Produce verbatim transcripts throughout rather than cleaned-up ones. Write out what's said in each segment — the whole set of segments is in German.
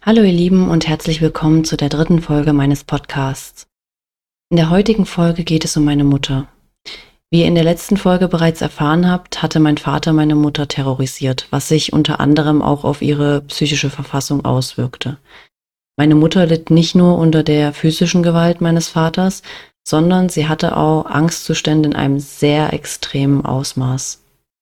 Hallo ihr Lieben und herzlich willkommen zu der dritten Folge meines Podcasts. In der heutigen Folge geht es um meine Mutter. Wie ihr in der letzten Folge bereits erfahren habt, hatte mein Vater meine Mutter terrorisiert, was sich unter anderem auch auf ihre psychische Verfassung auswirkte. Meine Mutter litt nicht nur unter der physischen Gewalt meines Vaters, sondern sie hatte auch Angstzustände in einem sehr extremen Ausmaß.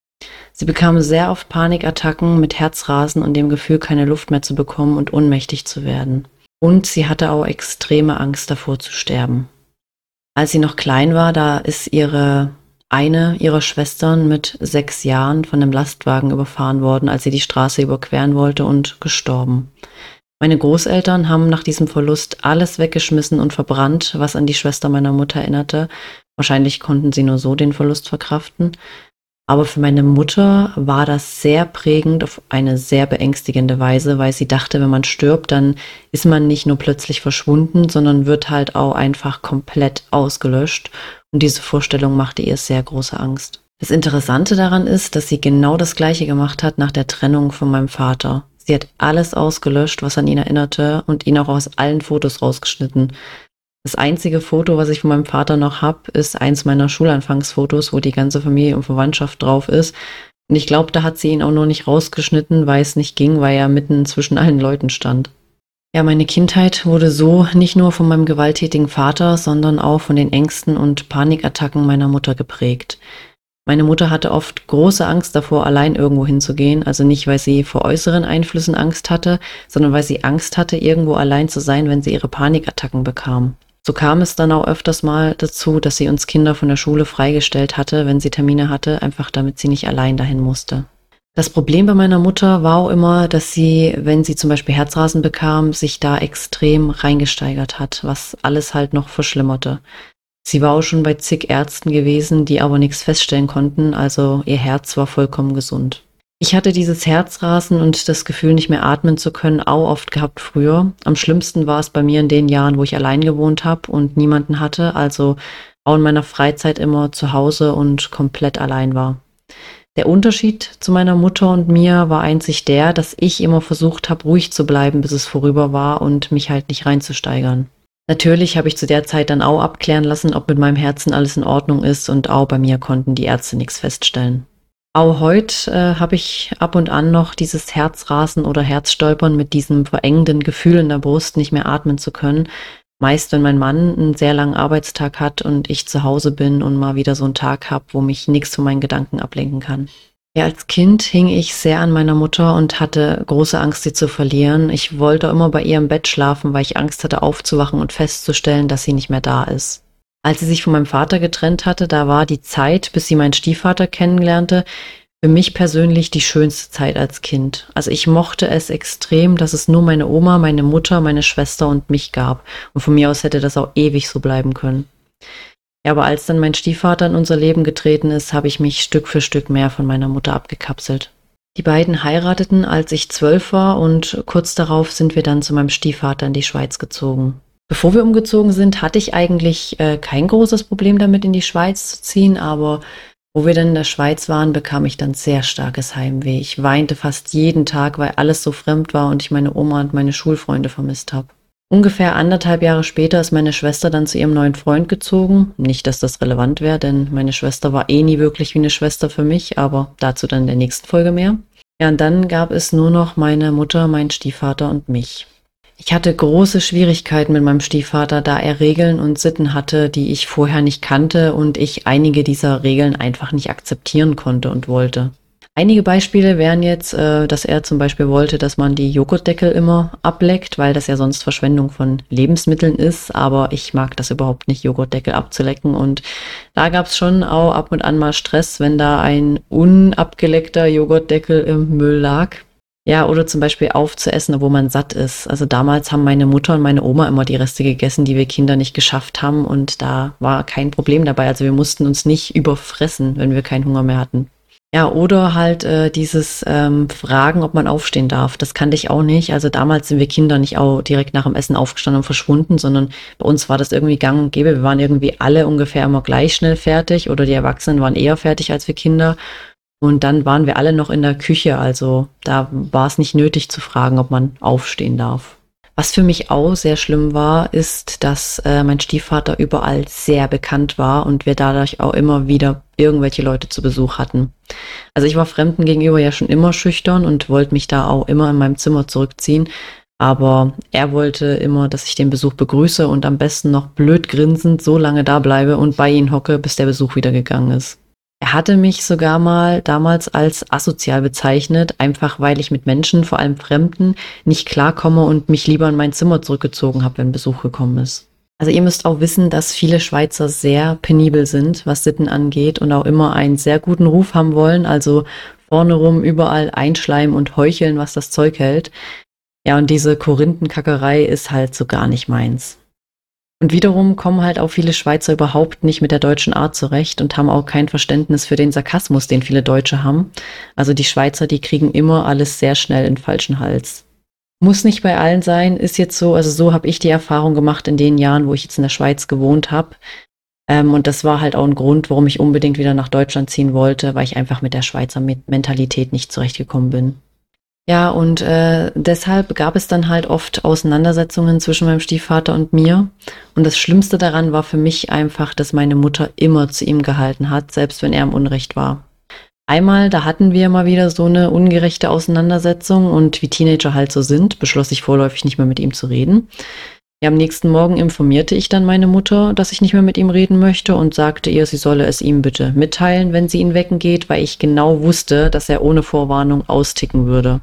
Sie bekam sehr oft Panikattacken mit Herzrasen und dem Gefühl, keine Luft mehr zu bekommen und ohnmächtig zu werden. Und sie hatte auch extreme Angst davor zu sterben. Als sie noch klein war, da ist ihre eine ihrer Schwestern mit sechs Jahren von einem Lastwagen überfahren worden, als sie die Straße überqueren wollte, und gestorben. Meine Großeltern haben nach diesem Verlust alles weggeschmissen und verbrannt, was an die Schwester meiner Mutter erinnerte. Wahrscheinlich konnten sie nur so den Verlust verkraften. Aber für meine Mutter war das sehr prägend auf eine sehr beängstigende Weise, weil sie dachte, wenn man stirbt, dann ist man nicht nur plötzlich verschwunden, sondern wird halt auch einfach komplett ausgelöscht. Und diese Vorstellung machte ihr sehr große Angst. Das Interessante daran ist, dass sie genau das Gleiche gemacht hat nach der Trennung von meinem Vater. Sie hat alles ausgelöscht, was an ihn erinnerte, und ihn auch aus allen Fotos rausgeschnitten. Das einzige Foto, was ich von meinem Vater noch habe, ist eins meiner Schulanfangsfotos, wo die ganze Familie und Verwandtschaft drauf ist. Und ich glaube, da hat sie ihn auch noch nicht rausgeschnitten, weil es nicht ging, weil er mitten zwischen allen Leuten stand. Ja, meine Kindheit wurde so nicht nur von meinem gewalttätigen Vater, sondern auch von den Ängsten und Panikattacken meiner Mutter geprägt. Meine Mutter hatte oft große Angst davor, allein irgendwo hinzugehen. Also nicht, weil sie vor äußeren Einflüssen Angst hatte, sondern weil sie Angst hatte, irgendwo allein zu sein, wenn sie ihre Panikattacken bekam. So kam es dann auch öfters mal dazu, dass sie uns Kinder von der Schule freigestellt hatte, wenn sie Termine hatte, einfach damit sie nicht allein dahin musste. Das Problem bei meiner Mutter war auch immer, dass sie, wenn sie zum Beispiel Herzrasen bekam, sich da extrem reingesteigert hat, was alles halt noch verschlimmerte. Sie war auch schon bei zig Ärzten gewesen, die aber nichts feststellen konnten, also ihr Herz war vollkommen gesund. Ich hatte dieses Herzrasen und das Gefühl, nicht mehr atmen zu können, auch oft gehabt früher. Am schlimmsten war es bei mir in den Jahren, wo ich allein gewohnt habe und niemanden hatte, also auch in meiner Freizeit immer zu Hause und komplett allein war. Der Unterschied zu meiner Mutter und mir war einzig der, dass ich immer versucht habe, ruhig zu bleiben, bis es vorüber war und mich halt nicht reinzusteigern. Natürlich habe ich zu der Zeit dann auch abklären lassen, ob mit meinem Herzen alles in Ordnung ist, und auch bei mir konnten die Ärzte nichts feststellen. Auch heute äh, habe ich ab und an noch dieses Herzrasen oder Herzstolpern mit diesem verengenden Gefühl in der Brust, nicht mehr atmen zu können. Meist, wenn mein Mann einen sehr langen Arbeitstag hat und ich zu Hause bin und mal wieder so einen Tag habe, wo mich nichts von meinen Gedanken ablenken kann. Ja, als Kind hing ich sehr an meiner Mutter und hatte große Angst, sie zu verlieren. Ich wollte immer bei ihr im Bett schlafen, weil ich Angst hatte, aufzuwachen und festzustellen, dass sie nicht mehr da ist. Als sie sich von meinem Vater getrennt hatte, da war die Zeit, bis sie meinen Stiefvater kennenlernte, für mich persönlich die schönste Zeit als Kind. Also ich mochte es extrem, dass es nur meine Oma, meine Mutter, meine Schwester und mich gab. Und von mir aus hätte das auch ewig so bleiben können. Ja, aber als dann mein Stiefvater in unser Leben getreten ist, habe ich mich Stück für Stück mehr von meiner Mutter abgekapselt. Die beiden heirateten, als ich zwölf war, und kurz darauf sind wir dann zu meinem Stiefvater in die Schweiz gezogen. Bevor wir umgezogen sind, hatte ich eigentlich äh, kein großes Problem damit, in die Schweiz zu ziehen, aber wo wir dann in der Schweiz waren, bekam ich dann sehr starkes Heimweh. Ich weinte fast jeden Tag, weil alles so fremd war und ich meine Oma und meine Schulfreunde vermisst habe. Ungefähr anderthalb Jahre später ist meine Schwester dann zu ihrem neuen Freund gezogen. Nicht, dass das relevant wäre, denn meine Schwester war eh nie wirklich wie eine Schwester für mich, aber dazu dann in der nächsten Folge mehr. Ja, und dann gab es nur noch meine Mutter, meinen Stiefvater und mich. Ich hatte große Schwierigkeiten mit meinem Stiefvater, da er Regeln und Sitten hatte, die ich vorher nicht kannte und ich einige dieser Regeln einfach nicht akzeptieren konnte und wollte. Einige Beispiele wären jetzt, äh, dass er zum Beispiel wollte, dass man die Joghurtdeckel immer ableckt, weil das ja sonst Verschwendung von Lebensmitteln ist, aber ich mag das überhaupt nicht, Joghurtdeckel abzulecken, und da gab es schon auch ab und an mal Stress, wenn da ein unabgeleckter Joghurtdeckel im Müll lag. Ja, oder zum Beispiel aufzuessen, wo man satt ist. Also damals haben meine Mutter und meine Oma immer die Reste gegessen, die wir Kinder nicht geschafft haben, und da war kein Problem dabei. Also wir mussten uns nicht überfressen, wenn wir keinen Hunger mehr hatten. Ja, oder halt äh, dieses ähm, Fragen, ob man aufstehen darf. Das kannte ich auch nicht. Also damals sind wir Kinder nicht auch direkt nach dem Essen aufgestanden und verschwunden, sondern bei uns war das irgendwie gang und gäbe. Wir waren irgendwie alle ungefähr immer gleich schnell fertig, oder die Erwachsenen waren eher fertig als wir Kinder. Und dann waren wir alle noch in der Küche, also da war es nicht nötig zu fragen, ob man aufstehen darf. Was für mich auch sehr schlimm war, ist, dass äh, mein Stiefvater überall sehr bekannt war und wir dadurch auch immer wieder irgendwelche Leute zu Besuch hatten. Also ich war Fremden gegenüber ja schon immer schüchtern und wollte mich da auch immer in meinem Zimmer zurückziehen. Aber er wollte immer, dass ich den Besuch begrüße und am besten noch blöd grinsend so lange da bleibe und bei ihm hocke, bis der Besuch wieder gegangen ist. Er hatte mich sogar mal damals als asozial bezeichnet, einfach weil ich mit Menschen, vor allem Fremden, nicht klarkomme und mich lieber in mein Zimmer zurückgezogen habe, wenn Besuch gekommen ist. Also ihr müsst auch wissen, dass viele Schweizer sehr penibel sind, was Sitten angeht und auch immer einen sehr guten Ruf haben wollen, also vorne rum überall einschleimen und heucheln, was das Zeug hält. Ja, und diese Korinthenkackerei ist halt so gar nicht meins. Und wiederum kommen halt auch viele Schweizer überhaupt nicht mit der deutschen Art zurecht und haben auch kein Verständnis für den Sarkasmus, den viele Deutsche haben. Also die Schweizer, die kriegen immer alles sehr schnell in den falschen Hals. Muss nicht bei allen sein, ist jetzt so, also so habe ich die Erfahrung gemacht in den Jahren, wo ich jetzt in der Schweiz gewohnt habe. Ähm, und das war halt auch ein Grund, warum ich unbedingt wieder nach Deutschland ziehen wollte, weil ich einfach mit der Schweizer Mentalität nicht zurechtgekommen bin. Ja, und äh, deshalb gab es dann halt oft Auseinandersetzungen zwischen meinem Stiefvater und mir. Und das Schlimmste daran war für mich einfach, dass meine Mutter immer zu ihm gehalten hat, selbst wenn er im Unrecht war. Einmal, da hatten wir mal wieder so eine ungerechte Auseinandersetzung und wie Teenager halt so sind, beschloss ich vorläufig nicht mehr mit ihm zu reden. Ja, am nächsten Morgen informierte ich dann meine Mutter, dass ich nicht mehr mit ihm reden möchte und sagte ihr, sie solle es ihm bitte mitteilen, wenn sie ihn wecken geht, weil ich genau wusste, dass er ohne Vorwarnung austicken würde.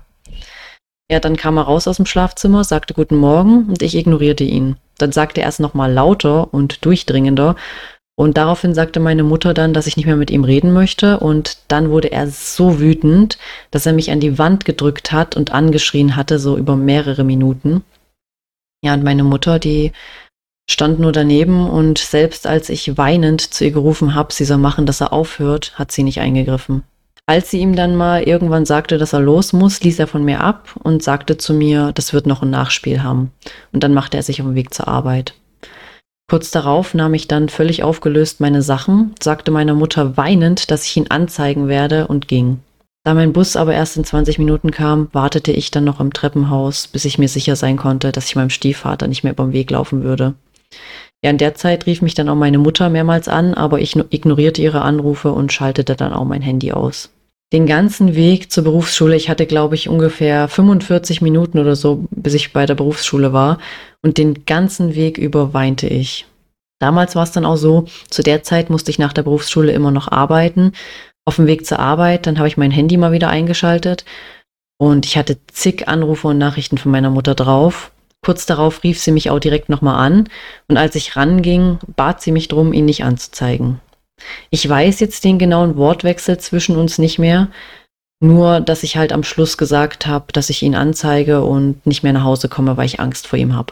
Ja, dann kam er raus aus dem Schlafzimmer, sagte guten Morgen und ich ignorierte ihn. Dann sagte er es nochmal lauter und durchdringender und daraufhin sagte meine Mutter dann, dass ich nicht mehr mit ihm reden möchte und dann wurde er so wütend, dass er mich an die Wand gedrückt hat und angeschrien hatte, so über mehrere Minuten. Ja, und meine Mutter, die stand nur daneben und selbst als ich weinend zu ihr gerufen habe, sie soll machen, dass er aufhört, hat sie nicht eingegriffen. Als sie ihm dann mal irgendwann sagte, dass er los muss, ließ er von mir ab und sagte zu mir, das wird noch ein Nachspiel haben. Und dann machte er sich auf den Weg zur Arbeit. Kurz darauf nahm ich dann völlig aufgelöst meine Sachen, sagte meiner Mutter weinend, dass ich ihn anzeigen werde und ging. Da mein Bus aber erst in zwanzig Minuten kam, wartete ich dann noch im Treppenhaus, bis ich mir sicher sein konnte, dass ich meinem Stiefvater nicht mehr über den Weg laufen würde. Ja, in der Zeit rief mich dann auch meine Mutter mehrmals an, aber ich ignorierte ihre Anrufe und schaltete dann auch mein Handy aus. Den ganzen Weg zur Berufsschule, ich hatte, glaube ich, ungefähr fünfundvierzig Minuten oder so, bis ich bei der Berufsschule war. Und den ganzen Weg über weinte ich. Damals war es dann auch so, zu der Zeit musste ich nach der Berufsschule immer noch arbeiten. Auf dem Weg zur Arbeit, dann habe ich mein Handy mal wieder eingeschaltet. Und ich hatte zig Anrufe und Nachrichten von meiner Mutter drauf. Kurz darauf rief sie mich auch direkt nochmal an. Und als ich ranging, bat sie mich drum, ihn nicht anzuzeigen. Ich weiß jetzt den genauen Wortwechsel zwischen uns nicht mehr, nur dass ich halt am Schluss gesagt habe, dass ich ihn anzeige und nicht mehr nach Hause komme, weil ich Angst vor ihm habe.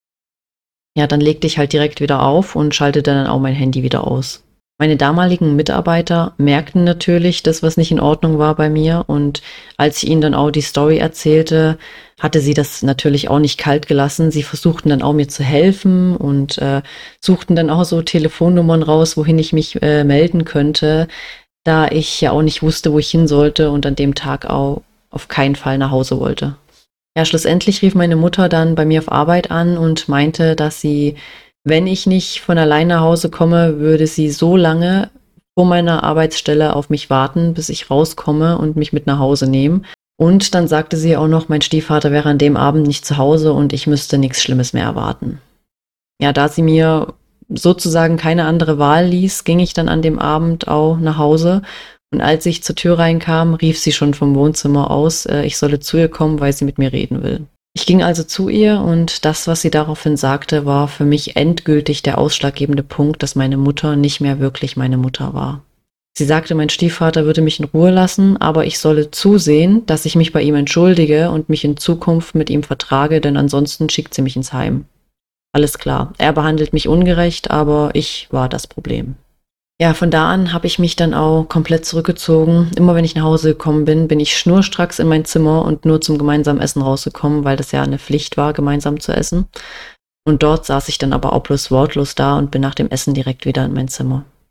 Ja, dann legte ich halt direkt wieder auf und schaltete dann auch mein Handy wieder aus. Meine damaligen Mitarbeiter merkten natürlich, dass was nicht in Ordnung war bei mir und als ich ihnen dann auch die Story erzählte, hatte sie das natürlich auch nicht kalt gelassen. Sie versuchten dann auch mir zu helfen und äh, suchten dann auch so Telefonnummern raus, wohin ich mich äh, melden könnte, da ich ja auch nicht wusste, wo ich hin sollte und an dem Tag auch auf keinen Fall nach Hause wollte. Ja, schlussendlich rief meine Mutter dann bei mir auf Arbeit an und meinte, dass sie, wenn ich nicht von allein nach Hause komme, würde sie so lange vor meiner Arbeitsstelle auf mich warten, bis ich rauskomme und mich mit nach Hause nehmen. Und dann sagte sie auch noch, mein Stiefvater wäre an dem Abend nicht zu Hause und ich müsste nichts Schlimmes mehr erwarten. Ja, da sie mir sozusagen keine andere Wahl ließ, ging ich dann an dem Abend auch nach Hause. Und als ich zur Tür reinkam, rief sie schon vom Wohnzimmer aus, äh, ich solle zu ihr kommen, weil sie mit mir reden will. Ich ging also zu ihr und das, was sie daraufhin sagte, war für mich endgültig der ausschlaggebende Punkt, dass meine Mutter nicht mehr wirklich meine Mutter war. Sie sagte, mein Stiefvater würde mich in Ruhe lassen, aber ich solle zusehen, dass ich mich bei ihm entschuldige und mich in Zukunft mit ihm vertrage, denn ansonsten schickt sie mich ins Heim. Alles klar, er behandelt mich ungerecht, aber ich war das Problem. Ja, von da an habe ich mich dann auch komplett zurückgezogen. Immer wenn ich nach Hause gekommen bin, bin ich schnurstracks in mein Zimmer und nur zum gemeinsamen Essen rausgekommen, weil das ja eine Pflicht war, gemeinsam zu essen. Und dort saß ich dann aber auch bloß wortlos da und bin nach dem Essen direkt wieder in mein Zimmer.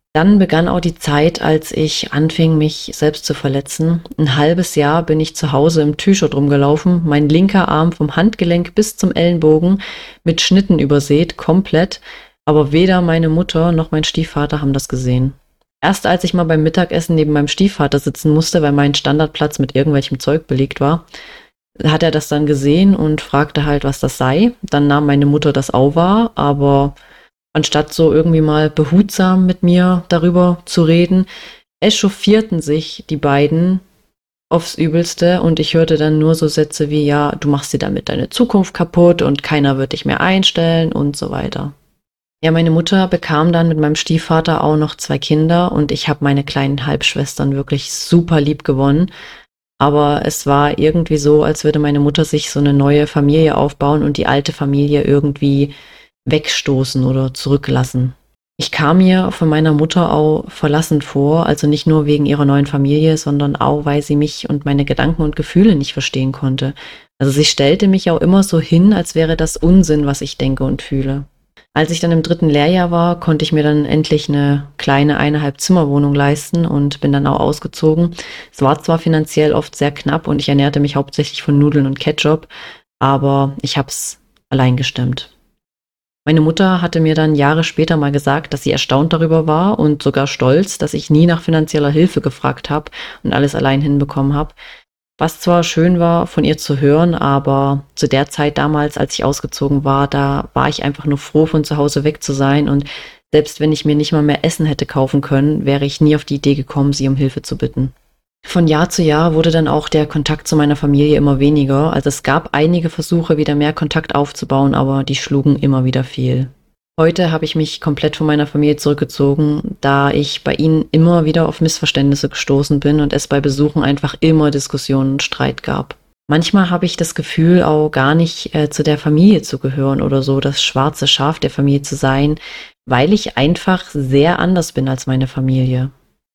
Dann begann auch die Zeit, als ich anfing, mich selbst zu verletzen. Ein halbes Jahr bin ich zu Hause im T-Shirt rumgelaufen, mein linker Arm vom Handgelenk bis zum Ellenbogen mit Schnitten übersät, komplett. Aber weder meine Mutter noch mein Stiefvater haben das gesehen. Erst als ich mal beim Mittagessen neben meinem Stiefvater sitzen musste, weil mein Standardplatz mit irgendwelchem Zeug belegt war, hat er das dann gesehen und fragte halt, was das sei. Dann nahm meine Mutter das auch wahr, aber anstatt so irgendwie mal behutsam mit mir darüber zu reden, echauffierten sich die beiden aufs Übelste und ich hörte dann nur so Sätze wie, ja, du machst dir damit deine Zukunft kaputt und keiner wird dich mehr einstellen und so weiter. Ja, meine Mutter bekam dann mit meinem Stiefvater auch noch zwei Kinder und ich habe meine kleinen Halbschwestern wirklich super lieb gewonnen. Aber es war irgendwie so, als würde meine Mutter sich so eine neue Familie aufbauen und die alte Familie irgendwie wegstoßen oder zurücklassen. Ich kam mir von meiner Mutter auch verlassen vor, also nicht nur wegen ihrer neuen Familie, sondern auch, weil sie mich und meine Gedanken und Gefühle nicht verstehen konnte. Also sie stellte mich auch immer so hin, als wäre das Unsinn, was ich denke und fühle. Als ich dann im dritten Lehrjahr war, konnte ich mir dann endlich eine kleine eineinhalb Zimmerwohnung leisten und bin dann auch ausgezogen. Es war zwar finanziell oft sehr knapp und ich ernährte mich hauptsächlich von Nudeln und Ketchup, aber ich habe es allein gestemmt. Meine Mutter hatte mir dann Jahre später mal gesagt, dass sie erstaunt darüber war und sogar stolz, dass ich nie nach finanzieller Hilfe gefragt habe und alles allein hinbekommen habe. Was zwar schön war, von ihr zu hören, aber zu der Zeit damals, als ich ausgezogen war, da war ich einfach nur froh, von zu Hause weg zu sein. Und selbst wenn ich mir nicht mal mehr Essen hätte kaufen können, wäre ich nie auf die Idee gekommen, sie um Hilfe zu bitten. Von Jahr zu Jahr wurde dann auch der Kontakt zu meiner Familie immer weniger. Also es gab einige Versuche, wieder mehr Kontakt aufzubauen, aber die schlugen immer wieder fehl. Heute habe ich mich komplett von meiner Familie zurückgezogen, da ich bei ihnen immer wieder auf Missverständnisse gestoßen bin und es bei Besuchen einfach immer Diskussionen und Streit gab. Manchmal habe ich das Gefühl, auch gar nicht äh, zu der Familie zu gehören oder so, das schwarze Schaf der Familie zu sein, weil ich einfach sehr anders bin als meine Familie.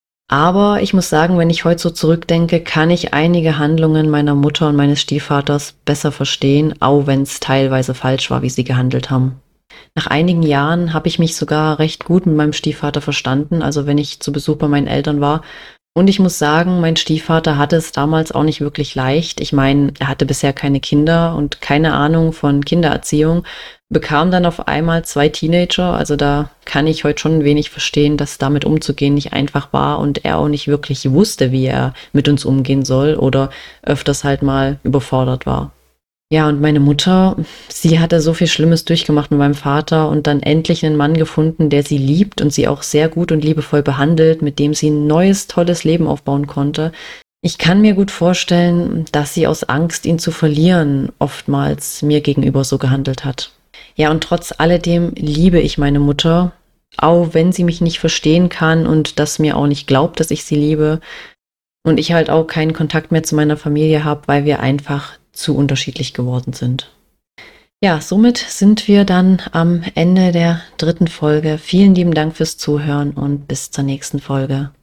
Aber ich muss sagen, wenn ich heute so zurückdenke, kann ich einige Handlungen meiner Mutter und meines Stiefvaters besser verstehen, auch wenn es teilweise falsch war, wie sie gehandelt haben. Nach einigen Jahren habe ich mich sogar recht gut mit meinem Stiefvater verstanden, also wenn ich zu Besuch bei meinen Eltern war. Und ich muss sagen, mein Stiefvater hatte es damals auch nicht wirklich leicht. Ich meine, er hatte bisher keine Kinder und keine Ahnung von Kindererziehung, bekam dann auf einmal zwei Teenager. Also da kann ich heute schon ein wenig verstehen, dass damit umzugehen nicht einfach war und er auch nicht wirklich wusste, wie er mit uns umgehen soll oder öfters halt mal überfordert war. Ja, und meine Mutter, sie hatte so viel Schlimmes durchgemacht mit meinem Vater und dann endlich einen Mann gefunden, der sie liebt und sie auch sehr gut und liebevoll behandelt, mit dem sie ein neues, tolles Leben aufbauen konnte. Ich kann mir gut vorstellen, dass sie aus Angst, ihn zu verlieren, oftmals mir gegenüber so gehandelt hat. Ja, und trotz alledem liebe ich meine Mutter, auch wenn sie mich nicht verstehen kann und das mir auch nicht glaubt, dass ich sie liebe. Und ich halt auch keinen Kontakt mehr zu meiner Familie habe, weil wir einfach zu unterschiedlich geworden sind. Ja, somit sind wir dann am Ende der dritten Folge. Vielen lieben Dank fürs Zuhören und bis zur nächsten Folge.